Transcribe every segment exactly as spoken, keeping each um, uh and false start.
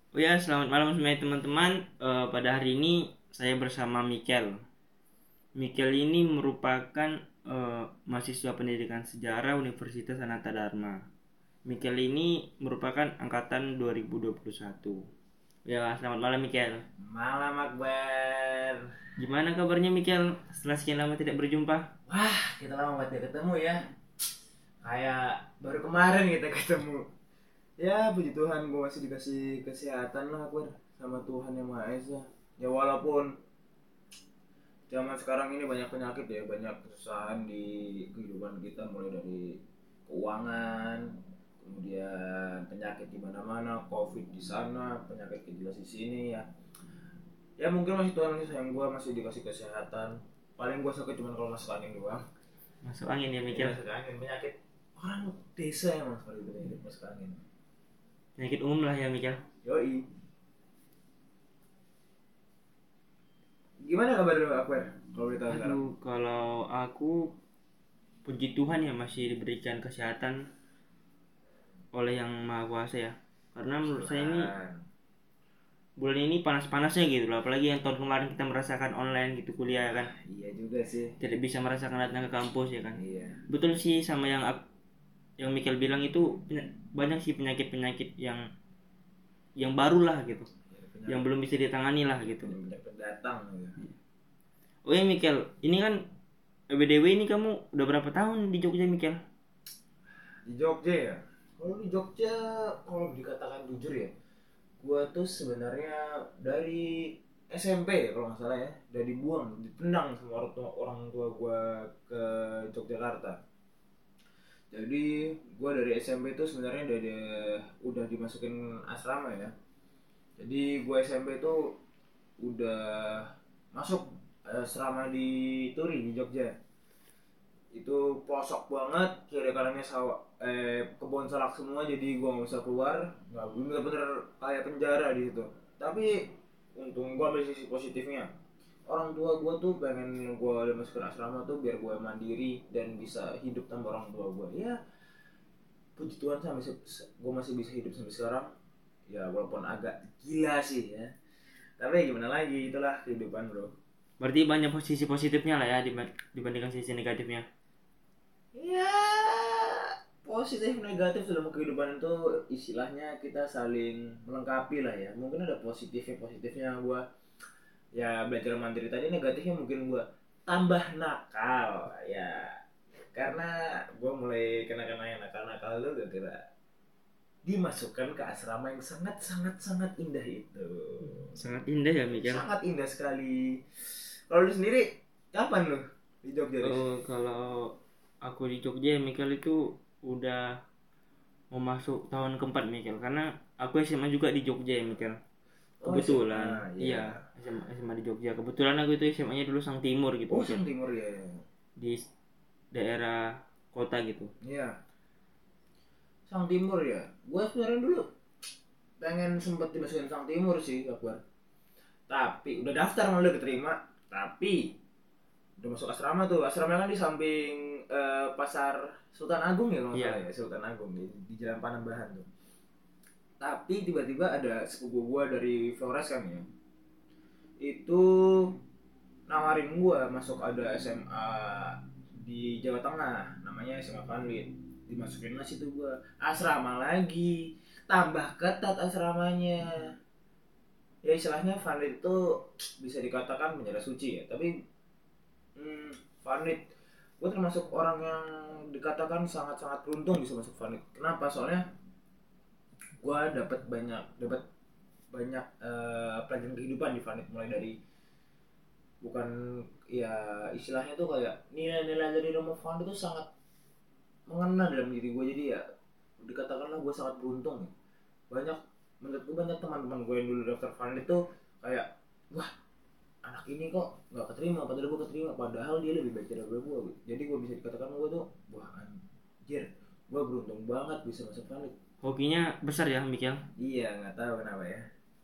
Oh ya, selamat malam semuanya teman-teman. Eh, pada hari ini saya bersama Mikel. Mikel ini merupakan eh, mahasiswa pendidikan sejarah Universitas Ananta Dharma. Mikel ini merupakan angkatan dua ribu dua puluh satu. Ya, selamat malam Mikel. Malam Akbar. Gimana kabarnya Mikel? Setelah sekian lama tidak berjumpa. Wah, kita lama banget gak ketemu ya. Kayak baru kemarin kita ketemu. Ya, puji Tuhan gue masih dikasih kesehatan lah Akbar sama Tuhan Yang Maha Esa. Ya walaupun zaman sekarang ini banyak penyakit ya, banyak kesusahan di kehidupan kita mulai dari keuangan, kemudian penyakit di mana-mana, Covid di sana, penyakit jelas di sini ya. Ya mungkin masih Tuhan masih sayang gue, masih dikasih kesehatan. Paling gue sakit cuma kalau masuk angin doang. Masuk angin ya Iya Mikel. masuk angin, penyakit orang desa emang sekali penyakit masuk angin. Penyakit umum lah ya Mikel. Yoi. Gimana kabar lu Akbar? Kalau berita sekarang? Aduh, kalau aku puji Tuhan ya masih diberikan kesehatan oleh Yang Maha Kuasa ya. Karena menurut saya ini Tuhan. bulan ini panas-panasnya gitu loh, apalagi yang tahun kemarin kita merasakan online gitu kuliah kan, Iya juga sih. tidak bisa merasakan datang ke kampus ya kan. Iya. Betul sih sama yang yang Michael bilang itu, banyak sih penyakit-penyakit yang yang baru lah gitu, Penyakit, yang belum bisa ditangani lah gitu. penyakit pendatang ya. Oh ya Michael, ini kan B D W ini kamu udah berapa tahun di Jogja Michael? Di Jogja ya. Kalau di Jogja, kalau dikatakan jujur ya, gua tuh sebenarnya dari S M P ya kalau nggak salah ya, udah dibuang, ditendang sama orang tua orang tua gua ke Yogyakarta. Jadi gua dari S M P itu sebenarnya udah di- udah dimasukin asrama ya. Jadi gua S M P itu udah masuk asrama di Turi di Jogja. Itu pelosok banget, kiri kanannya sawah, eh kebun salak semua, jadi gua nggak bisa keluar, nggak, bener-bener kayak penjara di situ. Tapi untung gua ambil sisi positifnya, orang tua gua tuh pengen gua udah masuk ke asrama tuh biar gua mandiri dan bisa hidup tanpa orang tua gua ya. Puji Tuhan sampai gua masih bisa hidup sampai sekarang ya, walaupun agak gila sih ya, tapi gimana lagi, itulah kehidupan bro. Berarti banyak sisi positifnya lah ya dibandingkan sisi negatifnya. Ya, positif negatif dalam kehidupan itu istilahnya kita saling melengkapi lah ya. Mungkin ada positifnya, positifnya gua ya belajar mandiri tadi, negatifnya mungkin gua tambah nakal ya. Karena gua mulai kena-kena yang nakal-nakal itu gara-gara dimasukkan ke asrama yang sangat sangat sangat indah itu. Sangat indah ya Michael. Sangat indah sekali. Kalau lu sendiri kapan lu di Jogja? Oh, kalau aku di Jogja Michael itu udah mau masuk tahun keempat Michael, karena aku S M A juga di Jogja ya Michael. Oh, Kebetulan, S M A, iya, iya. S M A, S M A di Jogja. Kebetulan aku itu S M A-nya dulu Sang Timur gitu, Oh, Michael. Sang Timur ya. Di daerah kota gitu. Iya. Sang Timur ya. Gue sebenarnya dulu pengen sempet dimasukin Sang Timur sih, Akbar. Tapi udah daftar malah udah keterima. Tapi udah masuk asrama tuh. Asrama kan di samping eh, pasar Sultan Agung ya kalau nggak Iya. salah ya, Sultan Agung di, di Jalan Panembahan tuh. Tapi tiba-tiba ada sepupu gue dari Flores kan ya. Itu nawarin gue masuk, ada S M A di Jawa Tengah namanya S M A Vanlit. Dimasukin lah situ gue, asrama lagi, tambah ketat asramanya. Ya istilahnya Vanlit itu bisa dikatakan penjara suci ya, tapi hmm, Vanlit gue termasuk orang yang dikatakan sangat-sangat beruntung bisa masuk Vanlit. Kenapa? Soalnya gue dapat banyak dapat banyak uh, pelajaran kehidupan di Vanlit, mulai dari bukan ya istilahnya tuh kayak nilai-nilai dari Romo Vanlit itu sangat mengena dalam diri gue. Jadi ya dikatakanlah gue sangat beruntung ya. Banyak, menurut gue banyak teman-teman gue yang dulu daftar Vanlit tuh kayak, wah anak ini kok nggak keterima padahal gue keterima, padahal dia lebih baik dari gue gitu. Jadi gue bisa dikatakan gue tuh, wah anjir, gue beruntung banget bisa masuk Vanlit. Hokinya besar ya Michael. Iya, nggak tahu kenapa ya.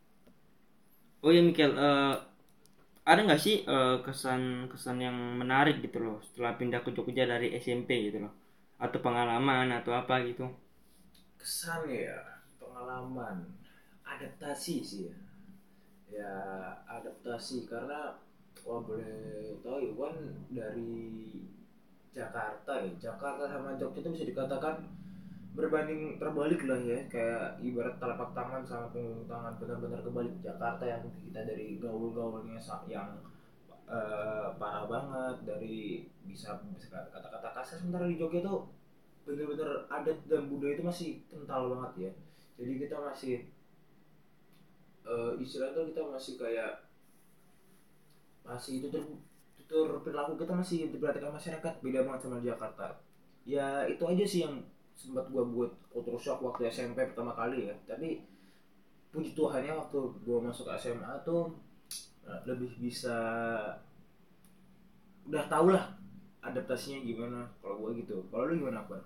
Oh ya Michael, uh, ada nggak sih uh, kesan-kesan yang menarik gitu loh setelah pindah ke Jogja dari S M P gitu loh, atau pengalaman atau apa gitu? Kesan ya, pengalaman adaptasi sih ya. Ya adaptasi karena wah boleh tahu ya kan dari Jakarta ya Jakarta sama Jogja itu bisa dikatakan berbanding terbalik lah ya, kayak ibarat telapak tangan sama punggung tangan, benar-benar kebalik. Jakarta yang kita dari gaul-gaulnya yang uh, parah banget, dari bisa bisa kata-kata kasar, sementara di Jogja tuh benar-benar adat dan budaya itu masih kental banget ya. Jadi kita masih uh, istilahnya tuh kita masih kayak masih tutur tutur perilaku kita masih diperhatikan masyarakat, beda banget sama di Jakarta. Ya itu aja sih yang sempat gua buat culture shock waktu S M P pertama kali ya. Tapi puji Tuhannya waktu gua masuk S M A tuh lebih bisa udah tau lah adaptasinya gimana kalau gua gitu. Kalau lu gimana, Akbar?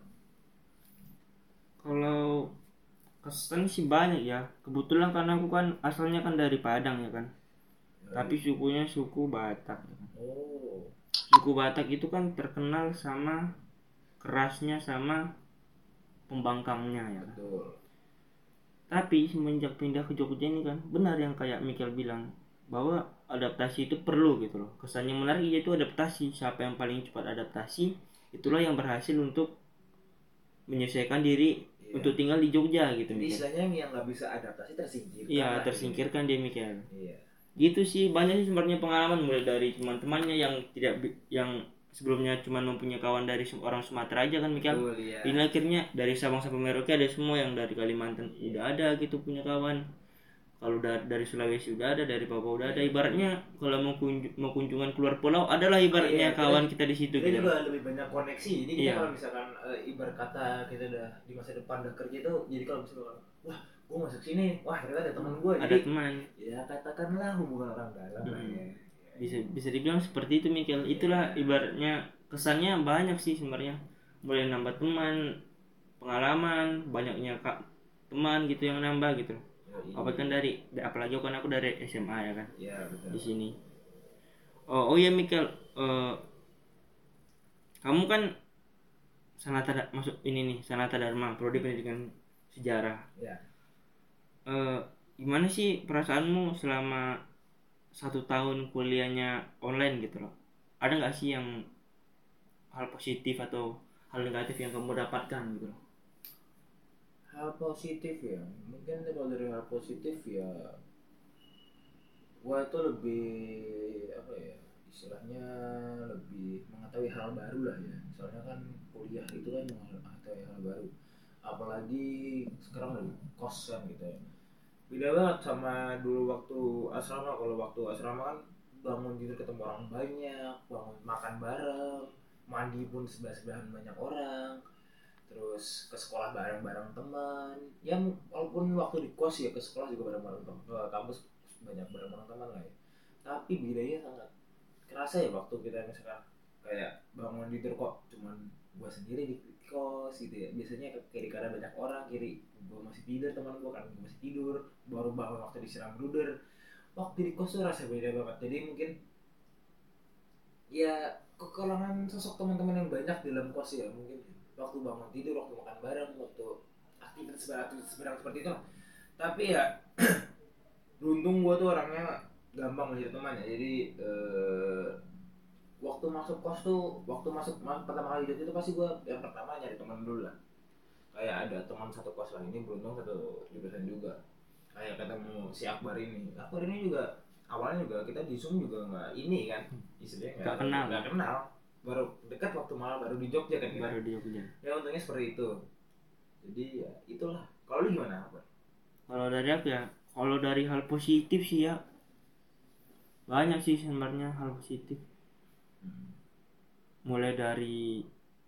Kalau kesan sih banyak ya. Kebetulan karena aku kan asalnya kan dari Padang ya kan. Ya, tapi sukunya suku Batak. Oh. Suku Batak itu kan terkenal sama kerasnya sama pembangkangnya ya. Betul. Tapi semenjak pindah ke Jogja ini kan benar yang kayak Michael bilang bahwa adaptasi itu perlu gitu loh. Kesan yang menarik yaitu adaptasi. Siapa yang paling cepat adaptasi itulah yang berhasil untuk menyesuaikan diri iya. untuk tinggal di Jogja gitu. Jadi istilahnya yang nggak bisa adaptasi tersingkirkan. Iya tersingkirkan dia Michael. Iya. Gitu sih, banyak sih sebenarnya pengalaman, mulai dari teman-temannya yang tidak yang sebelumnya cuma mempunyai kawan dari orang Sumatera aja kan Michael. Betul, iya. Ini akhirnya dari Sabang sampai Merauke ada semua, yang dari Kalimantan udah ada gitu punya kawan. Kalau dari, dari Sulawesi udah ada, dari Papua udah ada. Ibaratnya kalau mau kunjung, mau kunjungan keluar pulau adalah ibaratnya iya, kawan kita, kita di situ. Kita gitu. Juga lebih banyak koneksi. Jadi kita iya. kalau misalkan uh, ibarat kata kita udah di masa depan udah kerja tuh, jadi kalau misalkan wah gue masuk sini, wah ternyata ada teman gue. Ada jadi, teman. Ya katakanlah hubungan orang dalam lah hmm. ya. Bisa bisa dibilang seperti itu Michael. Itulah ibaratnya kesannya banyak sih sebenarnya. Mulai nambah teman, pengalaman, banyaknya kak teman gitu yang nambah gitu. Apa kan dari apalagi kan aku dari S M A ya kan. Iya betul. Di sini. Oh oh ya Michael, uh, kamu kan Sanata masuk ini nih Sanata Dharma, prodi pendidikan sejarah. Iya. Uh, gimana sih perasaanmu selama satu tahun kuliahnya online gitu loh? Ada nggak sih yang hal positif atau hal negatif yang kamu dapatkan gitu loh? Hal positif ya, mungkin kalau dari hal positif ya gua tuh lebih apa ya istilahnya lebih mengetahui hal baru lah ya. Soalnya kan kuliah itu kan mengetahui hal baru, apalagi sekarang lagi kos kan gitu ya. Beda banget sama dulu waktu asrama. Kalau waktu asrama kan bangun tidur ketemu orang banyak, bangun makan bareng, mandi pun sebelah-sebelahan banyak orang, terus ke sekolah bareng-bareng teman. Ya walaupun waktu di kos ya ke sekolah juga bareng-bareng teman, ke kampus banyak bareng-bareng teman lah ya. Tapi bedanya sangat kerasa ya waktu kita misalkan kayak bangun tidur kok cuman gua sendiri di kos gitu ya. Biasanya ke kiri kanan banyak orang, kiri gua masih tidur, teman gua kan masih tidur, baru bangun waktu disiram bruder. Waktu di kos tuh rasa beda banget. Jadi mungkin ya kekurangan sosok teman-teman yang banyak di dalam kos ya, mungkin waktu bangun tidur, waktu makan bareng, waktu aktivitas aktivitas bareng seperti itu. Tapi ya beruntung gue tuh orangnya gampang mencari teman ya. Jadi eh, waktu masuk kos tuh, waktu masuk pertama kali itu pasti gue yang pertama nyari teman dulu lah. Kayak ada teman satu kos lah, ini beruntung satu jurusan juga. Kayak ketemu si Akbar ini. Akbar ini juga awalnya juga kita di Zoom juga nggak ini kan, istilahnya nggak kenal, nggak kenal. Baru dekat waktu malah baru di Jogja kan kita. Baru di Jogja. Ya untungnya seperti itu. Jadi ya itulah. Kalau lu gimana, Akbar? Kalau dari aku ya, kalau dari hal positif sih ya banyak sih sebenarnya hal positif. Hmm. Mulai dari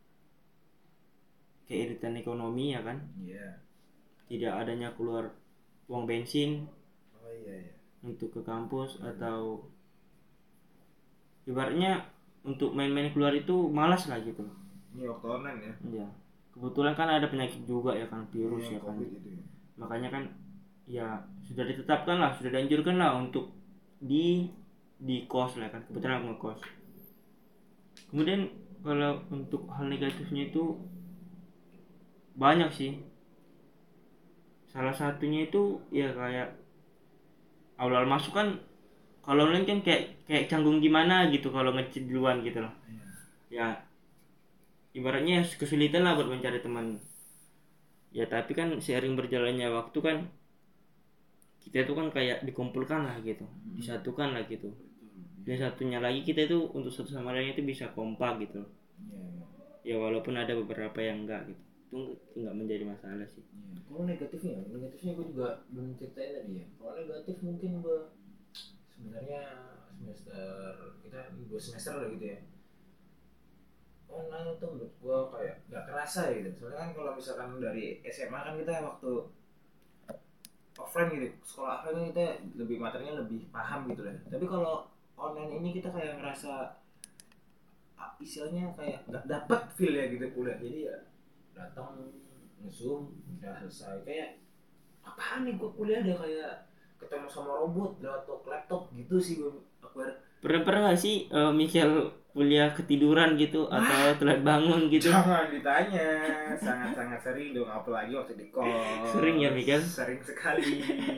keiritan ekonomi ya kan. Iya. Yeah. Tidak adanya keluar uang bensin. Oh iya iya. Untuk ke kampus hmm. atau ibaratnya untuk main-main keluar itu malas lah gitu. Ini waktu online ya. Iya. Kebetulan kan ada penyakit juga ya kan, virus ya, ya kan. Itu ya. Makanya kan ya sudah ditetapkan lah, sudah dianjurkan lah untuk di di kos lah kan. Kebetulan aku ngekos. Kemudian kalau untuk hal negatifnya itu banyak sih. salah satunya itu ya kayak awal-awal masuk kan, kalau online kan kayak kayak canggung gimana gitu kalau ngechat duluan gitu loh. Ya ibaratnya kesulitan lah buat mencari teman. Ya tapi kan seiring berjalannya waktu kan kita itu kan kayak dikumpulkan lah gitu, disatukan lah gitu. Dan satunya lagi kita itu untuk satu sama lain itu bisa kompak gitu. Ya walaupun ada beberapa yang enggak gitu, itu enggak menjadi masalah sih. Kalau negatifnya, negatifnya gue juga belum ceritain tadi ya. Kalau negatif mungkin gue sebenarnya semester kita dua semester lah gitu ya. Online itu menurut gue kayak nggak kerasa gitu. Soalnya kan kalau misalkan dari S M A kan kita waktu offline gitu, sekolah offline kan kita lebih materinya lebih paham gitu lah. Tapi kalau online ini kita kayak ngerasa istilahnya kayak nggak dapet feel ya gitu kuliah. Jadi ya datang nge-zoom udah selesai kayak apaan nih gue kuliah ada kayak ketemu sama robot lewat laptop gitu sih gue. Pernah pernah gak sih uh, Michael kuliah ketiduran gitu atau telat bangun gitu? Jangan ditanya, sangat-sangat sering dong, apalagi waktu di kos. Sering ya Michael? Sering sekali.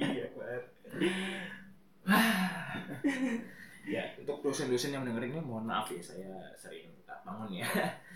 Ya, untuk dosen-dosen yang mendengar ini mohon maaf ya, saya sering tak bangun ya.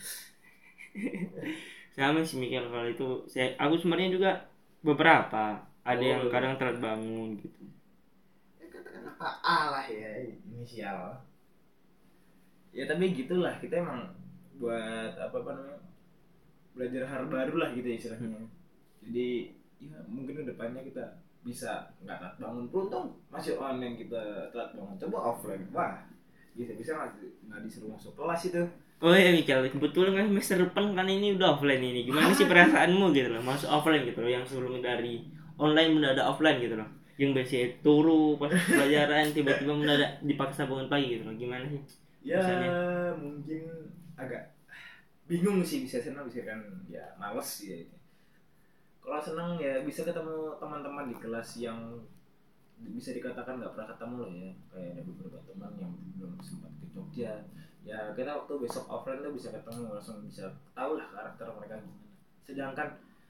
Sama sih Michael kalau itu. Saya, aku sebenarnya juga beberapa ada oh, yang kadang telat bangun gitu. Apa Allah ya inisial ya, tapi gitulah kita emang buat apa apa namanya belajar hal baru lah gitu istilahnya. Jadi ya mungkin kedepannya kita bisa nggak telat bangun, beruntung masih online kita telat bangun, coba offline wah bisa bisa nggak disuruh masuk kelas itu. Oh ya Michael, kebetulan kan semester depan kan ini udah offline ini, gimana sih perasaanmu gitu loh masuk offline gitu loh, yang sebelumnya dari online mendadak offline gitu loh, yang biasanya turu pas pelajaran tiba-tiba mendadak dipaksa bangun pagi gitu loh, gimana sih? Ya misalnya? Mungkin agak bingung sih, bisa senang bisa kan ya males ya. Kalau senang ya bisa ketemu teman-teman di kelas yang bisa dikatakan nggak pernah ketemu loh ya, kayak ada beberapa teman yang belum sempat ke Jogja ya, kita waktu besok offline tuh bisa ketemu langsung, bisa tahu lah karakter mereka gimana. Sedangkan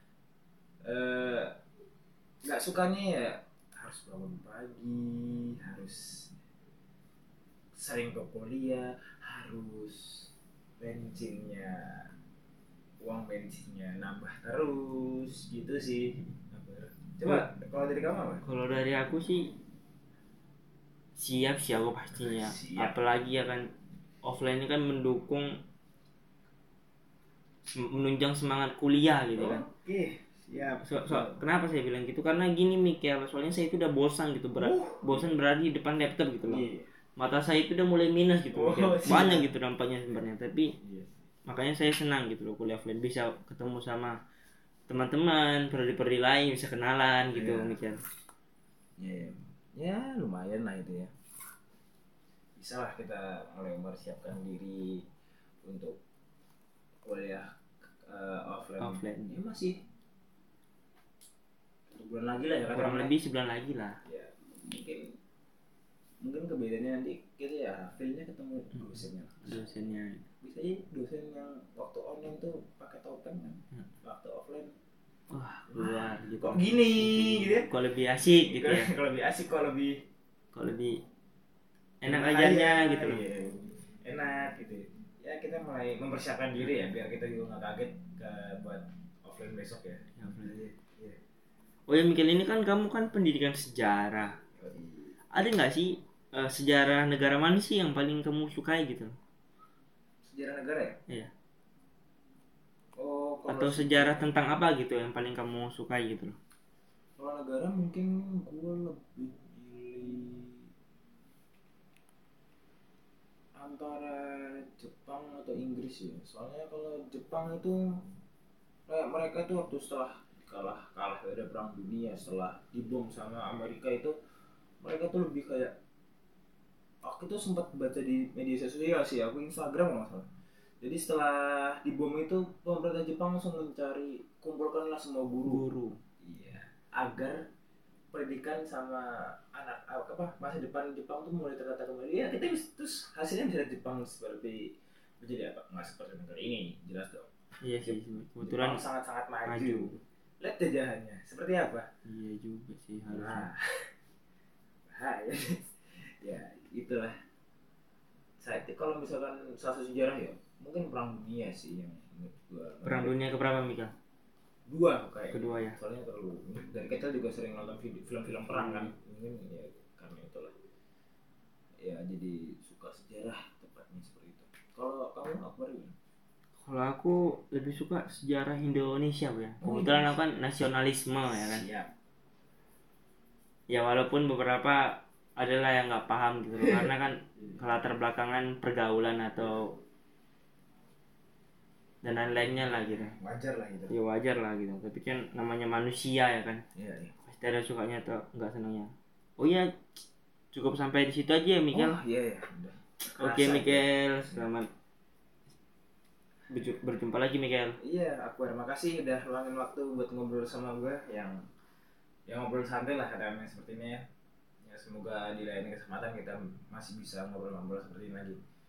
nggak eh, sukanya ya harus bangun pagi, harus sering ke kuliah, harus bensinnya, uang bensinnya nambah terus gitu sih. Coba kalau dari kamu apa? Kalau dari aku sih siap sih aku pastinya. Siap. Apalagi ya kan offline ini kan mendukung, menunjang semangat kuliah gitu kan. Oke. Ya, so, so, kenapa saya bilang gitu? Karena gini Michael, soalnya saya itu udah bosan gitu, berat, uh. bosan berada di depan laptop gitu loh. Yeah. Mata saya itu udah mulai minus gitu, oh, banyak gitu dampaknya sebenarnya. Tapi yeah. makanya saya senang gitu loh kuliah offline, bisa ketemu sama teman-teman, prodi-prodi lain, bisa kenalan gitu, yeah. Michael. Ya, yeah. ya lumayan lah itu ya. Bisa lah kita mulai mempersiapkan diri untuk kuliah uh, offline. Offline. Ya masih sebulan lagi lah ya, kurang lebih sebulan lagi lah ya. Mungkin mungkin kebedaannya nanti kita ya feelnya ketemu dosennya dosennya bisa aja dosen yang waktu online tuh pakai topeng kan, hmm. waktu offline wah keluar gitu, kok gini gitu ya, kok lebih asik gitu ya, kok lebih asik, kok lebih kok lebih enak ajarnya gitu loh, iya. Enak gitu ya. Kita mulai mempersiapkan diri ya biar kita juga nggak kaget ke buat offline besok ya, ya offline. Oh ya Michael, ini kan kamu kan pendidikan sejarah. Ada nggak sih uh, sejarah negara mana sih yang paling kamu sukai gitu? Sejarah negara ya? Iya. Oh, atau sejarah se- tentang apa gitu yang paling kamu sukai gitu loh? Kalau negara mungkin gue lebih pilih antara Jepang atau Inggris ya. Soalnya kalau Jepang itu kayak mereka tuh waktu setelah kalah kalah ada perang dunia, setelah dibom sama Amerika itu mereka tuh lebih kayak, aku tuh sempat baca di media sosial sih, aku Instagram nggak salah. Jadi setelah dibom itu pemerintah Jepang langsung mencari, kumpulkanlah semua guru, guru. Iya, agar pendidikan sama anak apa masa depan Jepang tuh mulai tertata kembali. Ya kita bisa, terus hasilnya bisa Jepang seperti menjadi apa, nggak seperti negara ini, jelas dong. Iya sih, kebetulan sangat-sangat maju. maju. Lihat jajahannya seperti apa. Iya juga sih harusnya. Nah, bahaya. Ya itulah. Saya itu kalau misalkan satu sejarah ya mungkin perang dunia sih yang menurut gua. Perang dunia keberapa Mika? Dua kayak. Kedua ya. Soalnya terlalu dari kecil juga sering nonton video film-film perang kan. Mungkin ya karena itulah. Ya jadi suka sejarah tepatnya seperti itu. Kalau kamu apa gimana? Kalau aku lebih suka sejarah Indonesia Bu ya. Kebetulan aku kan nasionalisme ya kan. Siap. Ya walaupun beberapa adalah yang nggak paham gitu loh, karena kan latar belakangan pergaulan atau dan lain-lainnya lah gitu. Wajar lah itu. Ya wajar lah gitu. Tapi kan namanya manusia ya kan. Iya, iya. Pasti ada sukanya atau nggak senangnya. Oh iya, cukup sampai di situ aja ya Mikel. Oh iya ya. Udah. Oke Mikel, selamat berju- berjumpa lagi Mikel. Iya, aku terima kasih udah luangin waktu buat ngobrol sama gue yang yang ngobrol santai lah kadang seperti ini ya. Ya semoga di lain kesempatan kita masih bisa ngobrol-ngobrol seperti ini lagi.